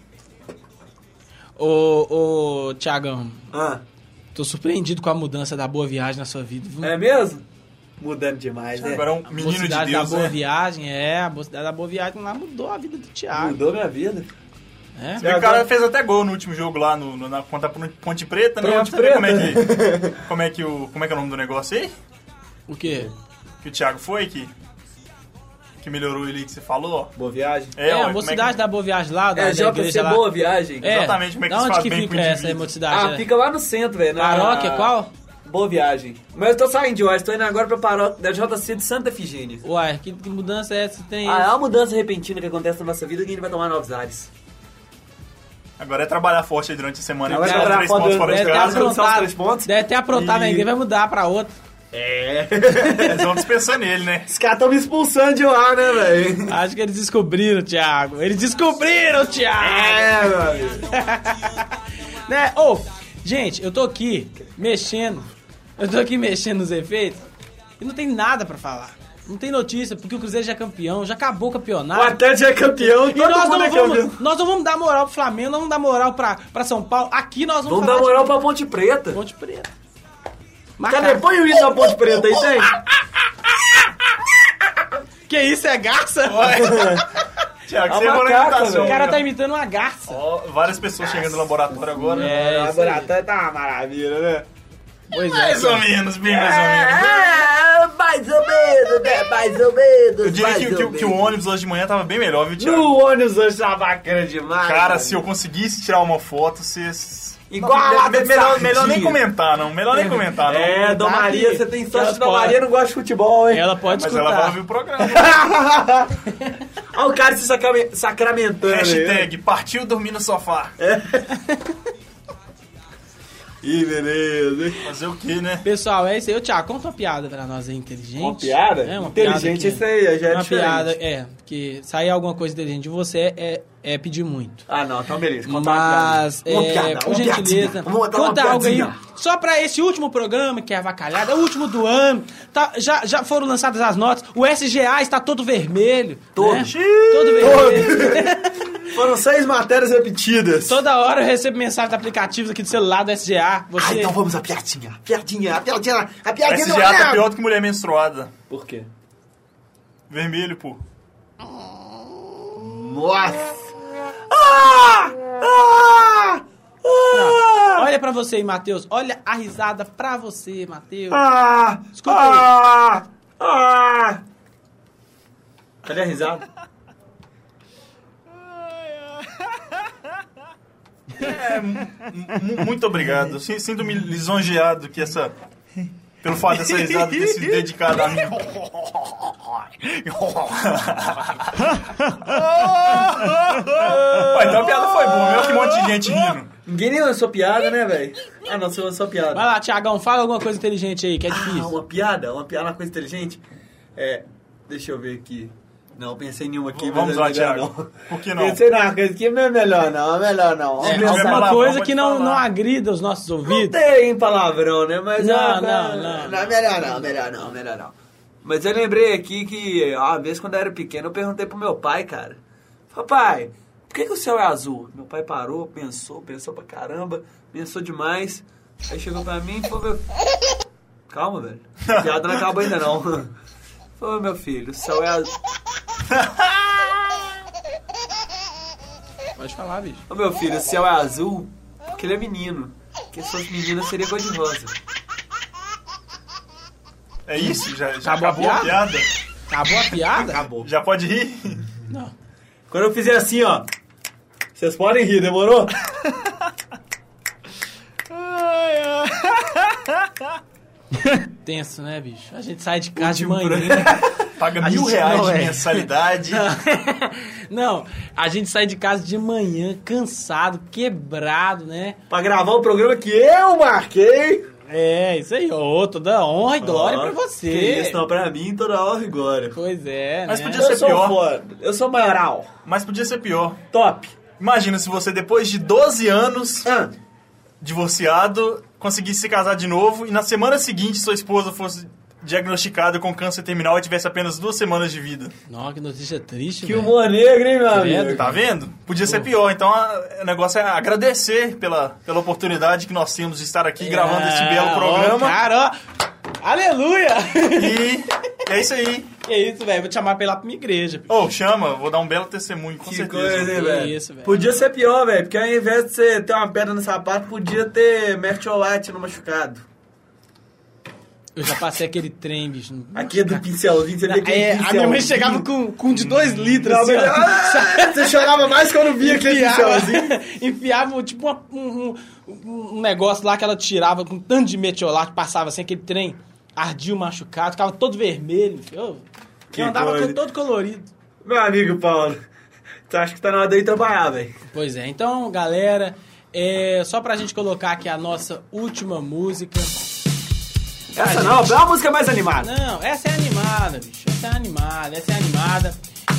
Ô, Thiagão, Ah, tô surpreendido com a mudança da Boa Viagem na sua vida. Viu? é mesmo? Mudando demais, né? Agora é um menino de Mocidade Deus, da Boa né? Viagem, a Mocidade da Boa Viagem lá mudou a vida do Thiago. Mudou minha vida. É? O cara fez até gol no último jogo lá contra Ponte Preta, né? Ponte Pra ver Preta. Como é que é o nome do negócio aí? O quê? Que o Thiago foi, que melhorou ele que você falou, ó. Boa viagem. É, ué, a como Mocidade que- da Boa Viagem lá, da JC igreja lá. Boa Viagem. É, Exatamente, como é que da se onde faz que bem fica pro essa indivíduo? Mocidade? Fica lá no centro, velho. na- Paróquia, qual? Boa Viagem. Mas eu tô saindo de lá, estou indo agora pra paróquia da JC de Santa Efigênia. Uai, que mudança é essa que tem? É uma mudança repentina que acontece na nossa vida que a gente vai tomar novos ares. Agora é trabalhar forte aí durante a semana. Agora e é tirar trabalhar 3 pontos forte fora de Deve ter casa. alcançar os aprontado, 3 pontos. deve ter aprontado na igreja, vai mudar pra outra. Eles vão dispensando ele, né? Os caras estão me expulsando de lá, né, velho? Acho que eles descobriram, Thiago. Eles descobriram, Thiago! Meu amigo. Né? Ô, gente, eu tô aqui mexendo. Eu tô aqui mexendo nos efeitos e não tem nada pra falar. Não tem notícia, porque o Cruzeiro já é campeão, já acabou o O campeonato. Atlético é campeão, E todo nós mundo não, é campeão. nós não vamos dar moral pro Flamengo, não vamos dar moral pra São Paulo. Aqui nós vamos Vamos falar dar moral de pra Ponte Preta. Ponte Preta. Cadê? Põe o hino da Ponte Preta aí, tem? Que isso, é garça? Tiago, A você macaca, regulamentação. velho. O cara tá imitando uma garça. Ó, várias pessoas chegando no laboratório agora. É, O isso aí. laboratório tá uma maravilha, né? Pois é. Mais ou menos, bem mais ou menos. Mais ou menos, né? Mais ou menos. Eu diria que o ônibus hoje de manhã tava bem melhor, viu, Thiago? No ônibus hoje tá bacana demais. Cara, velho. se eu conseguisse tirar uma foto, vocês... Igual a lata de melhor nem sardinha. comentar, não. Melhor nem comentar, não. É, Dom Tá Maria, aqui. você tem Que sorte ela que Dom pode- Maria não gosta de futebol, hein? Ela pode Mas escutar. ela vai ouvir o programa. Olha o cara se sacramentando. Hashtag partiu dormir no sofá. Ih, beleza, hein? Fazer o quê, né? Pessoal, é isso aí. Ô, Thiago, conta uma piada pra nós aí, inteligente. Uma piada? É, uma Inteligente, piada isso aí, já é uma diferente. piada, porque sair alguma coisa inteligente de você é pedir muito. Ah, não, então beleza. Conta Mas, uma piada. por gentileza, Vamos botar uma conta algo aí. piadinha. Só pra esse último programa, que é avacalhado, é o último do ano. Tá, já foram lançadas as notas. O SGA está todo vermelho. Todo. Né? Todo vermelho. Foram 6 matérias repetidas. Toda hora eu recebo mensagem de aplicativos aqui do celular do SGA. Você... Ah, então vamos à piadinha. A piadinha do SGA tá ano. pior do que mulher menstruada. Por quê? Vermelho, pô. Nossa! Não, olha pra você aí, Matheus. Olha a risada pra você, Matheus. Escuta aí. Cadê a risada? Muito obrigado. Sinto-me lisonjeado que pelo fato dessa risada ter sido dedicada a mim. Ué, então a piada foi boa, viu? Que um monte de gente rindo. Ninguém nem lançou piada, né, velho? Ah, não, você lançou piada. Vai lá, Thiagão, fala alguma coisa inteligente aí, que é difícil. Uma piada, uma coisa inteligente. Deixa eu ver aqui. Não, pensei em nenhuma aqui. Vamos lá, Thiago. Não. Por que não? Pensei numa coisa aqui, mas é melhor não. Uma coisa que não agrida os nossos ouvidos. Não tem palavrão, né? Mas Não. Melhor não. Mas eu lembrei aqui que, uma vez quando eu era pequeno, eu perguntei pro meu pai, cara. Falei, pai, por que o céu é azul? Meu pai parou, pensou pra caramba, pensou demais. Aí chegou pra mim e falou, calma, velho. A piada não acabou ainda não. Falou, meu filho, o céu é azul. Pode falar, bicho. Ô, meu filho, o céu é azul porque ele é menino. Porque se fosse menina seria cor de rosa. É isso? Já Acabou acabou a piada? Acabou a piada? Acabou. Já pode rir? Não. Quando eu fizer assim, ó, vocês podem rir, demorou? Tenso, né, bicho? A gente sai de casa de manhã. Paga R$1.000 de mensalidade. Não, a gente sai de casa de manhã, cansado, quebrado, né? Pra gravar o programa que eu marquei. É, isso aí, toda honra e glória pra você. Que isso, não, pra mim, toda honra e glória. Pois é, Mas né? podia ser pior. Foda. Eu sou maioral. Mas podia ser pior. Top. Imagina se você, depois de 12 anos divorciado, conseguisse se casar de novo e na semana seguinte sua esposa fosse diagnosticada com câncer terminal e tivesse apenas 2 semanas de vida. Nossa, que notícia triste, Que velho. humor negro, hein, meu amigo? Tá vendo? Podia ser pior. Então o negócio é agradecer pela oportunidade que nós temos de estar aqui gravando esse belo programa. Cara, ó. Aleluia! E é isso aí. Que isso, velho. Vou te chamar pra ir lá pra minha igreja. Chama, vou dar um belo testemunho, com Que certeza. coisa, hein, velho? Isso, velho. Podia ser pior, velho, porque ao invés de você ter uma pedra no sapato, podia ter mertiolate no machucado. Eu já passei aquele trem, bicho. Aqui é do pincelzinho, você vê aquele pincelzinho. A minha mãe chegava com de 2 litros, Não, assim, mas- você chorava mais quando via aquele pincelzinho. Enfiava, tipo, um negócio lá que ela tirava com tanto de metiolate, passava assim, aquele trem ardia o machucado, ficava todo vermelho. Eu andava coisa. todo colorido. Meu amigo Paulo, tu acha que tá na hora de ir trabalhar, velho? Pois é, então, galera, só pra gente colocar aqui a nossa última música. Essa não, é uma música mais animada. Não, essa é animada, bicho. Essa é animada.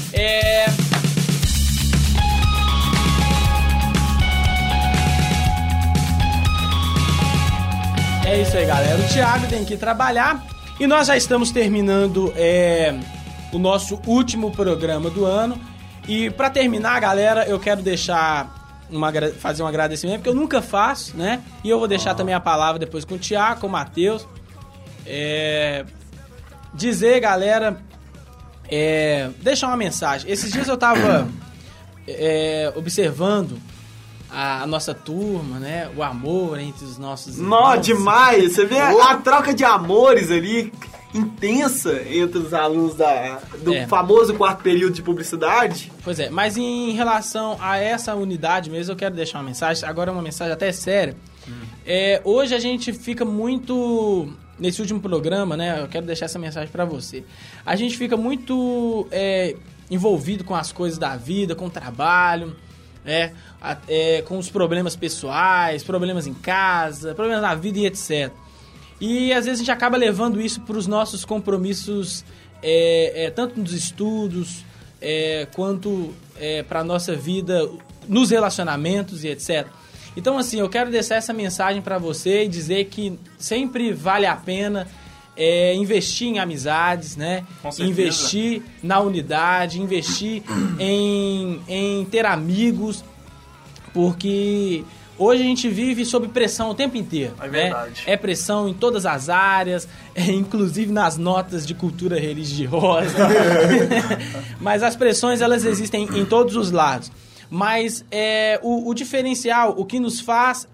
É isso aí, galera. O Thiago tem que ir trabalhar e nós já estamos terminando o nosso último programa do ano. E pra terminar, galera, eu quero fazer um agradecimento, porque eu nunca faço, né? E eu vou deixar também a palavra depois com o Thiago, com o Matheus. Dizer, galera, deixar uma mensagem. Esses dias eu tava observando a nossa turma, né? O amor entre os nossos irmãos. Nó, demais! Você vê a troca de amores ali, intensa, entre os alunos do famoso 4º período de publicidade. Pois é, mas em relação a essa unidade mesmo, eu quero deixar uma mensagem, agora uma mensagem até séria. Hoje a gente fica muito... Nesse último programa, né, eu quero deixar essa mensagem pra você. A gente fica muito envolvido com as coisas da vida, com o trabalho, com os problemas pessoais, problemas em casa, problemas na vida e etc. E às vezes a gente acaba levando isso para os nossos compromissos, tanto nos estudos, quanto para a nossa vida, nos relacionamentos e etc. Então, assim, eu quero deixar essa mensagem para você e dizer que sempre vale a pena investir em amizades, né? Com certeza. Investir na unidade, investir em ter amigos, porque Hoje a gente vive sob pressão o tempo inteiro. É verdade. É pressão em todas as áreas, inclusive nas notas de cultura religiosa. Mas as pressões, elas existem em todos os lados. Mas o diferencial, o que nos faz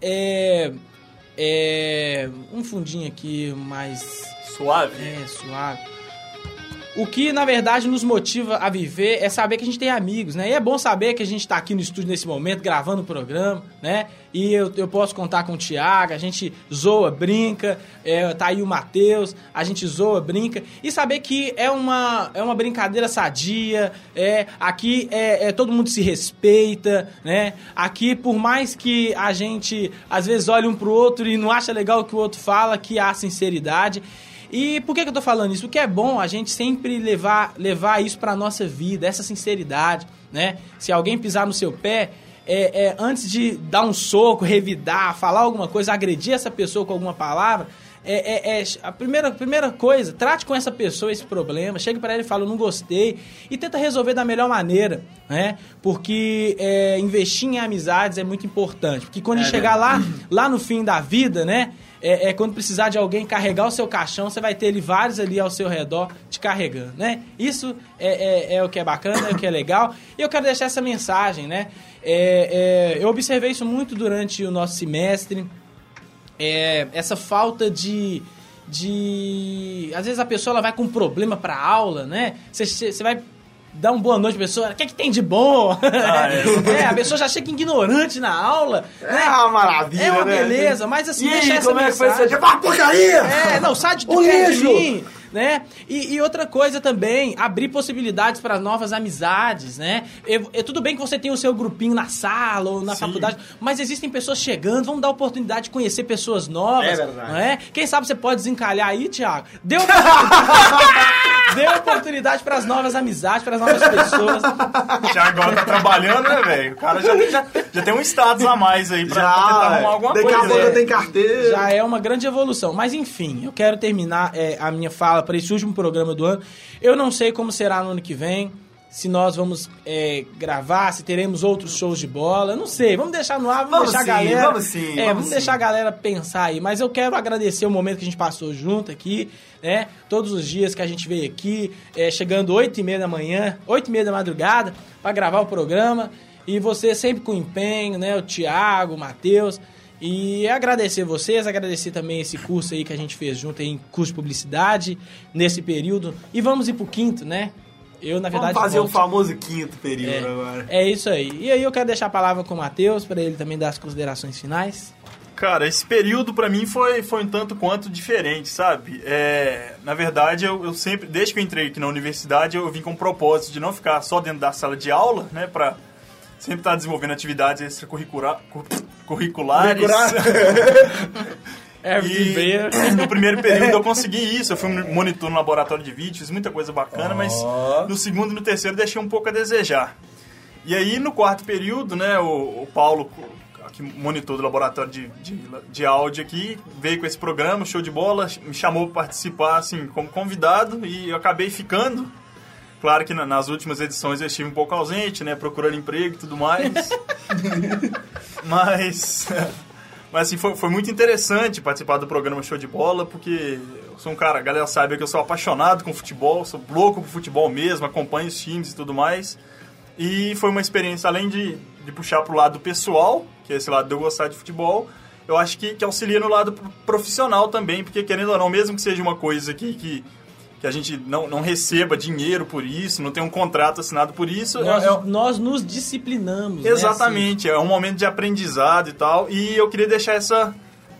um fundinho aqui mais... Suave? Suave. O que, na verdade, nos motiva a viver é saber que a gente tem amigos, né? E é bom saber que a gente tá aqui no estúdio nesse momento, gravando o programa, né? E eu posso contar com o Thiago, a gente zoa, brinca, tá aí o Matheus, a gente zoa, brinca. E saber que é uma brincadeira sadia, aqui todo mundo se respeita, né? Aqui, por mais que a gente, às vezes, olhe um pro outro e não acha legal o que o outro fala, que há sinceridade. E por que eu tô falando isso? Porque é bom a gente sempre levar isso pra nossa vida, essa sinceridade, né? Se alguém pisar no seu pé, antes de dar um soco, revidar, falar alguma coisa, agredir essa pessoa com alguma palavra, a primeira coisa, trate com essa pessoa esse problema, chegue pra ela e fala, eu não gostei, e tenta resolver da melhor maneira, né? Porque investir em amizades é muito importante, porque quando chegar lá no fim da vida, né? Quando precisar de alguém carregar o seu caixão, você vai ter ali vários ali ao seu redor te carregando, né? Isso é o que é bacana, é o que é legal. E eu quero deixar essa mensagem, né? Eu observei isso muito durante o nosso semestre. Essa falta de... Às vezes a pessoa ela vai com um problema pra aula, né? Você vai... Dá uma boa noite pra pessoa, o que é que tem de bom? A pessoa já chega ignorante na aula. Né? É uma maravilha, é uma né? beleza, mas assim, deixa essa como mensagem. É que foi esse dia? Porcaria! Não, sai de tudo de mim. Né? E outra coisa também, abrir possibilidades para novas amizades, né? Tudo bem que você tem o seu grupinho na sala ou na faculdade, mas existem pessoas chegando, vamos dar oportunidade de conhecer pessoas novas. É verdade. Não é? Quem sabe você pode desencalhar aí, Thiago? Dê oportunidade para as novas amizades, para as novas pessoas. O Thiago agora tá trabalhando, né, velho? O cara já tem um status a mais aí pra tentar arrumar alguma coisa. Daqui a pouco tem carteira. Já é uma grande evolução. Mas enfim, eu quero terminar a minha fala para esse último programa do ano. Eu não sei como será no ano que vem, se nós vamos gravar, se teremos outros shows de bola. Eu não sei, vamos deixar no ar, vamos deixar a galera... Vamos deixar a galera pensar aí. Mas eu quero agradecer o momento que a gente passou junto aqui, né? Todos os dias que a gente veio aqui, chegando 8h30 da manhã, 8h30 da madrugada, para gravar o programa. E você sempre com empenho, né? O Thiago, o Matheus... E agradecer vocês, agradecer também esse curso aí que a gente fez junto aí, em curso de publicidade, nesse período. E vamos ir pro quinto, né? Na verdade, vamos fazer o famoso quinto período agora. É isso aí. E aí eu quero deixar a palavra com o Matheus, para ele também dar as considerações finais. Cara, esse período pra mim foi um tanto quanto diferente, sabe? Na verdade, eu sempre, desde que eu entrei aqui na universidade, eu vim com o propósito de não ficar só dentro da sala de aula, né? Pra sempre estar desenvolvendo atividades extracurriculares. E no primeiro período eu consegui isso. Eu fui monitor no laboratório de vídeo, fiz muita coisa bacana, mas no segundo e no terceiro deixei um pouco a desejar. E aí no quarto período, né, o Paulo, que monitor do laboratório de áudio aqui, veio com esse programa, show de bola, me chamou para participar assim, como convidado, e eu acabei ficando. Claro que nas últimas edições eu estive um pouco ausente, né? Procurando emprego e tudo mais. Mas assim, foi muito interessante participar do programa Show de Bola, porque eu sou um cara, a galera sabe que eu sou apaixonado com futebol, sou louco por futebol mesmo, acompanho os times e tudo mais. E foi uma experiência, além de puxar pro lado pessoal, que é esse lado de eu gostar de futebol, eu acho que auxilia no lado profissional também, porque querendo ou não, mesmo que seja uma coisa que a gente não receba dinheiro por isso, não tem um contrato assinado por isso. Nós nos disciplinamos. Exatamente, né, assim. É um momento de aprendizado e tal. E eu queria deixar essa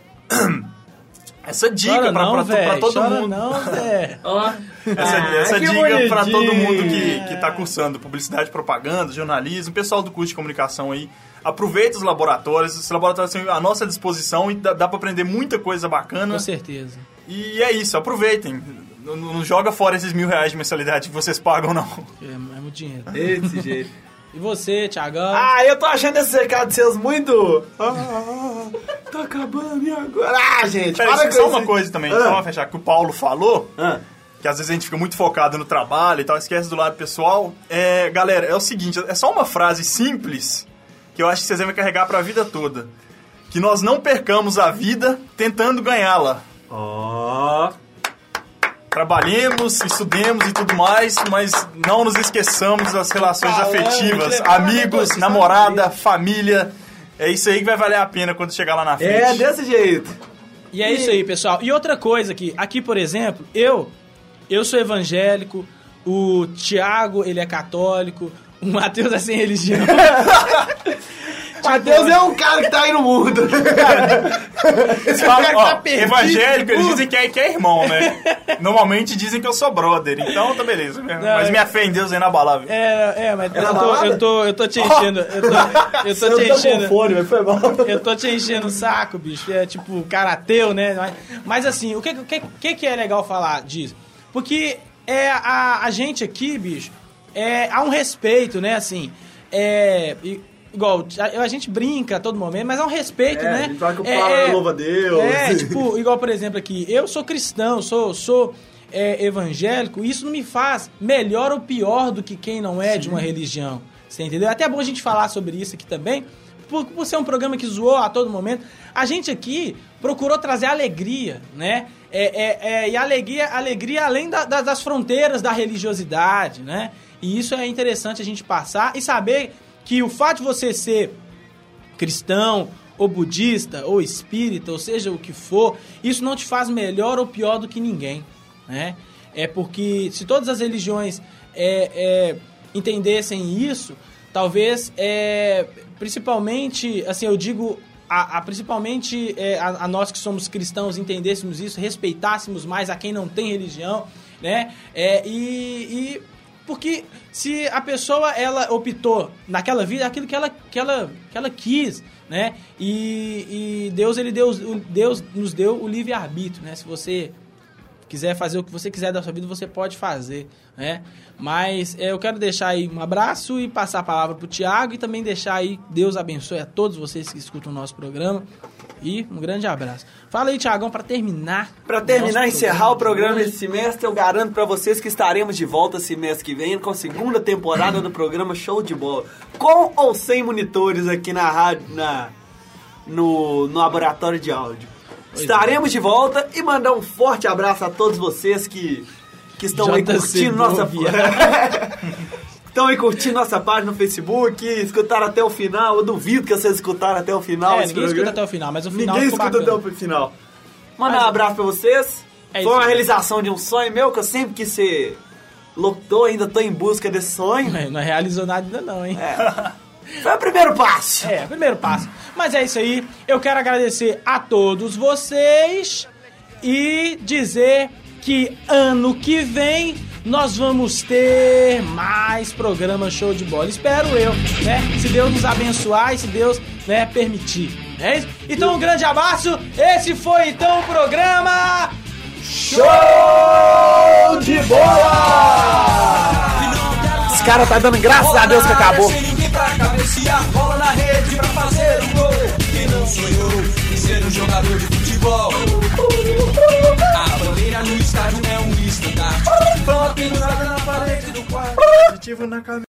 dica pra todo mundo. Não, Zé. Essa dica pra todo mundo que tá cursando publicidade, propaganda, jornalismo, pessoal do curso de comunicação aí. Aproveita os laboratórios, esses laboratórios estão à nossa disposição e dá pra aprender muita coisa bacana. Com certeza. E é isso, aproveitem. Não joga fora esses R$1.000 de mensalidade que vocês pagam, não. É muito dinheiro. Desse jeito. E você, Thiagão? Eu tô achando esses recados seus muito... tá acabando, e agora? Gente, peraí, só uma coisa também, só pra fechar, que o Paulo falou, que às vezes a gente fica muito focado no trabalho e tal, esquece do lado pessoal. Galera, é o seguinte, é só uma frase simples que eu acho que vocês devem carregar pra vida toda. que nós não percamos a vida tentando ganhá-la. Trabalhemos, estudemos e tudo mais, mas não nos esqueçamos das relações afetivas, amigos, namorada, família. É isso aí que vai valer a pena quando chegar lá na frente. É desse jeito. E é isso aí, pessoal. E outra coisa aqui, por exemplo, eu sou evangélico, o Thiago, ele é católico, o Matheus é sem religião. Matheus é um cara que tá aí no mundo. Esse cara tá perdido. Evangélico, eles dizem que é irmão, né? Normalmente dizem que eu sou brother, então tá beleza. Mas minha fé em Deus é inabalável. Mas eu tô te enchendo. Eu tô te enchendo o saco, bicho. É tipo, cara ateu, né? Mas assim, o que é legal falar disso? Porque a gente aqui, bicho, há um respeito, né? Assim, igual, a gente brinca a todo momento, mas há um respeito, né? A gente fala que o Paulo louva a Deus. Tipo, igual, por exemplo, aqui, eu sou cristão, sou evangélico, e isso não me faz melhor ou pior do que quem não é de uma religião. Você entendeu? É até bom a gente falar sobre isso aqui também, por ser um programa que zoou a todo momento. A gente aqui procurou trazer alegria, né? E alegria além das fronteiras da religiosidade, né? E isso é interessante a gente passar e saber que o fato de você ser cristão, ou budista, ou espírita, ou seja o que for, isso não te faz melhor ou pior do que ninguém, né? É porque se todas as religiões entendessem isso, talvez, principalmente, assim, eu digo, principalmente a nós que somos cristãos entendêssemos isso, respeitássemos mais a quem não tem religião, né? Porque se a pessoa, ela optou naquela vida aquilo que ela quis, né? E Deus nos deu o livre-arbítrio, né? Se você quiser fazer o que você quiser da sua vida, você pode fazer, né? Mas eu quero deixar aí um abraço e passar a palavra pro Thiago e também deixar aí, Deus abençoe a todos vocês que escutam o nosso programa e um grande abraço. Fala aí, Thiagão, para terminar. Para terminar, encerrar o programa esse semestre, eu garanto para vocês que estaremos de volta semestre que vem com a segunda temporada do programa Show de Bola. Com ou sem monitores aqui na rádio, no laboratório de áudio. Estaremos de volta e mandar um forte abraço a todos vocês que estão aí curtindo nossa estão aí curtindo nossa página no Facebook, escutaram até o final. Eu duvido que vocês escutaram até o final. Ninguém escuta até o final, mas o final ninguém escuta até o final. Mandar um abraço pra vocês. Foi uma realização de um sonho meu, que eu sempre quis ser locutor, ainda tô em busca desse sonho. Não realizou nada ainda não, hein? Foi o primeiro passo. O primeiro passo. Mas é isso aí. Eu quero agradecer a todos vocês e dizer que ano que vem nós vamos ter mais programa Show de Bola. Espero eu, né? Se Deus nos abençoar e se Deus, né, permitir. É isso? Então, um grande abraço. Esse foi, então, o programa Show de Bola! Esse cara tá dando graças a Deus que acabou. Bola na rede pra fazer um gol. Quem não sonhou em ser um jogador de futebol? A bandeira no estádio é um estandarte. Fala pendurada na parede do quarto. Positivo na cabeça.